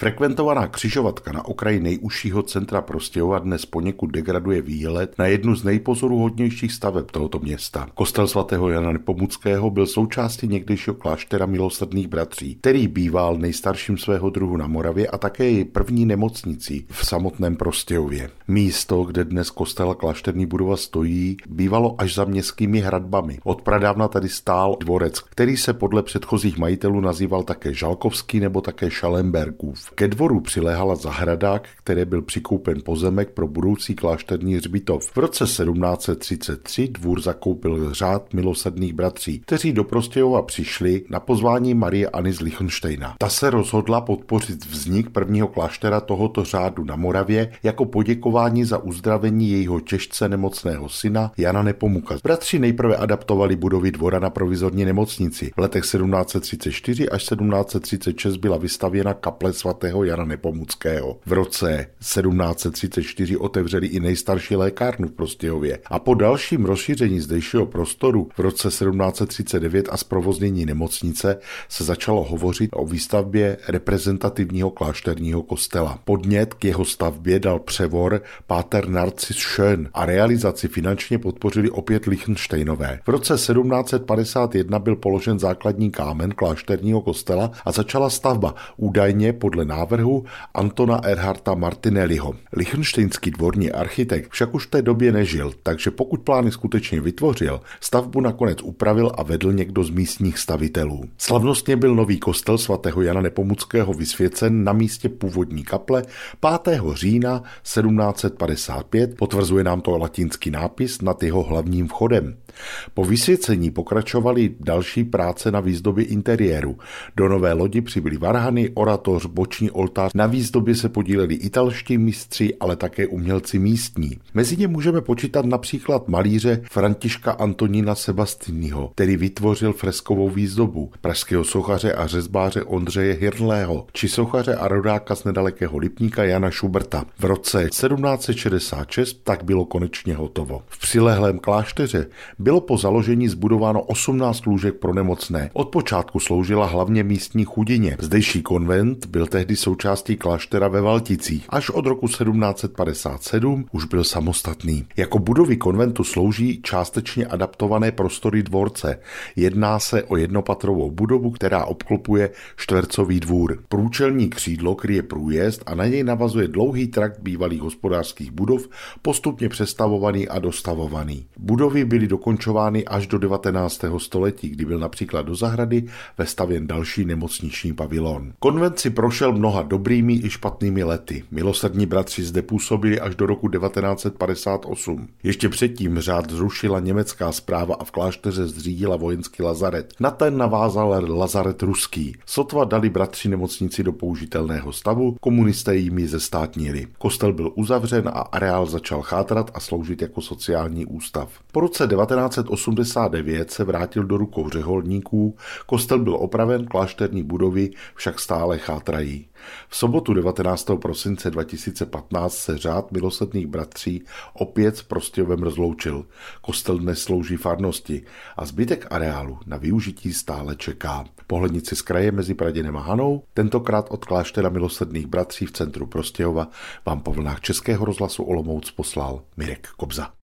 Frekventovaná křižovatka na okraji nejužšího centra Prostějova dnes poněkud degraduje výhled na jednu z nejpozoruhodnějších staveb tohoto města. Kostel svatého Jana Nepomuckého byl součástí někdejšího kláštera Milosrdných bratří, který býval nejstarším svého druhu na Moravě a také její první nemocnicí v samotném Prostějově. Místo, kde dnes kostel a klášterní budova stojí, bývalo až za městskými hradbami. Od pradávna tady stál dvorec, který se podle předchozích majitelů nazýval také Žalkovský nebo také Šalembergův. Ke dvoru přiléhala zahrada, které byl přikoupen pozemek pro budoucí klášterní hřbitov. V roce 1733 dvůr zakoupil řád Milosrdných bratří, kteří do Prostějova přišli na pozvání Marie Anny z Lichtenštejna. Ta se rozhodla podpořit vznik prvního kláštera tohoto řádu na Moravě jako poděkování za uzdravení jejího těžce nemocného syna Jana Nepomuka. Bratři nejprve adaptovali budovy dvora na provizorní nemocnici. V letech 1734 až 1736 byla vystavěna kaple svatého Jana Nepomuckého. V roce 1734 otevřeli i nejstarší lékárnu v Prostějově a po dalším rozšíření zdejšího prostoru v roce 1739 a zprovoznění nemocnice se začalo hovořit o výstavbě reprezentativního klášterního kostela. Podnět k jeho stavbě dal převor páter Narcis Schön a realizaci finančně podpořili opět Lichtenštejnové. V roce 1751 byl položen základní kámen klášterního kostela a začala stavba, údajně podle návrhu Antona Erharta Martinelliho. Lichtenštejnský dvorní architekt však už v té době nežil, takže pokud plány skutečně vytvořil, stavbu nakonec upravil a vedl někdo z místních stavitelů. Slavnostně byl nový kostel svatého Jana Nepomuckého vysvěcen na místě původní kaple 5. října 1755, potvrzuje nám to latinský nápis nad jeho hlavním vchodem. Po vysvěcení pokračovaly další práce na výzdobě interiéru. Do nové lodi přibyly varhany, oratoř, boční oltář. Na výzdobě se podíleli italští mistři, ale také umělci místní. Mezi ně můžeme počítat například malíře Františka Antonína Sebastiního, který vytvořil freskovou výzdobu, pražského sochaře a řezbáře Ondřeje Hirnlého, či sochaře a rodáka z nedalekého Lipníka Jana Šuberta. V roce 1766 tak bylo konečně hotovo. V přilehlém klášteře bylo po založení zbudováno 18 lůžek pro nemocné. Od počátku sloužila hlavně místní chudině. Zdejší konvent byl tehdy součástí kláštera ve Valticích. Až od roku 1757 už byl samostatný. Jako budovy konventu slouží částečně adaptované prostory dvorce. Jedná se o jednopatrovou budovu, která obklopuje čtvercový dvůr. Průčelní křídlo kryje průjezd a na něj navazuje dlouhý trakt bývalých hospodářských budov, postupně přestavovaný a dostavovaný. Budovy byly dokončovány až do 19. století, kdy byl například do zahrady vestavěn další nemocniční pavilon. Konvent si prošel mnoha dobrými i špatnými lety. Milosrdní bratři zde působili až do roku 1958. Ještě předtím řád zrušila německá správa a v klášteře zřídila vojenský lazaret. Na ten navázal lazaret ruský. Sotva dali bratři nemocnici do použitelného stavu, komunisté jim ji zestátnili. Kostel byl uzavřen a areál začal chátrat a sloužit jako sociální ústav. Po roce 1989 se vrátil do rukou řeholníků, kostel byl opraven, klášterní budovy však stále chátrají. V sobotu 19. prosince 2015 se řád Milosrdných bratří opět s Prostějovem rozloučil. Kostel dnes slouží farnosti a zbytek areálu na využití stále čeká. Pohlednici z kraje mezi Praděnem a Hanou, tentokrát od kláštera Milosrdných bratří v centru Prostějova, vám po vlnách Českého rozhlasu Olomouc poslal Mirek Kobza.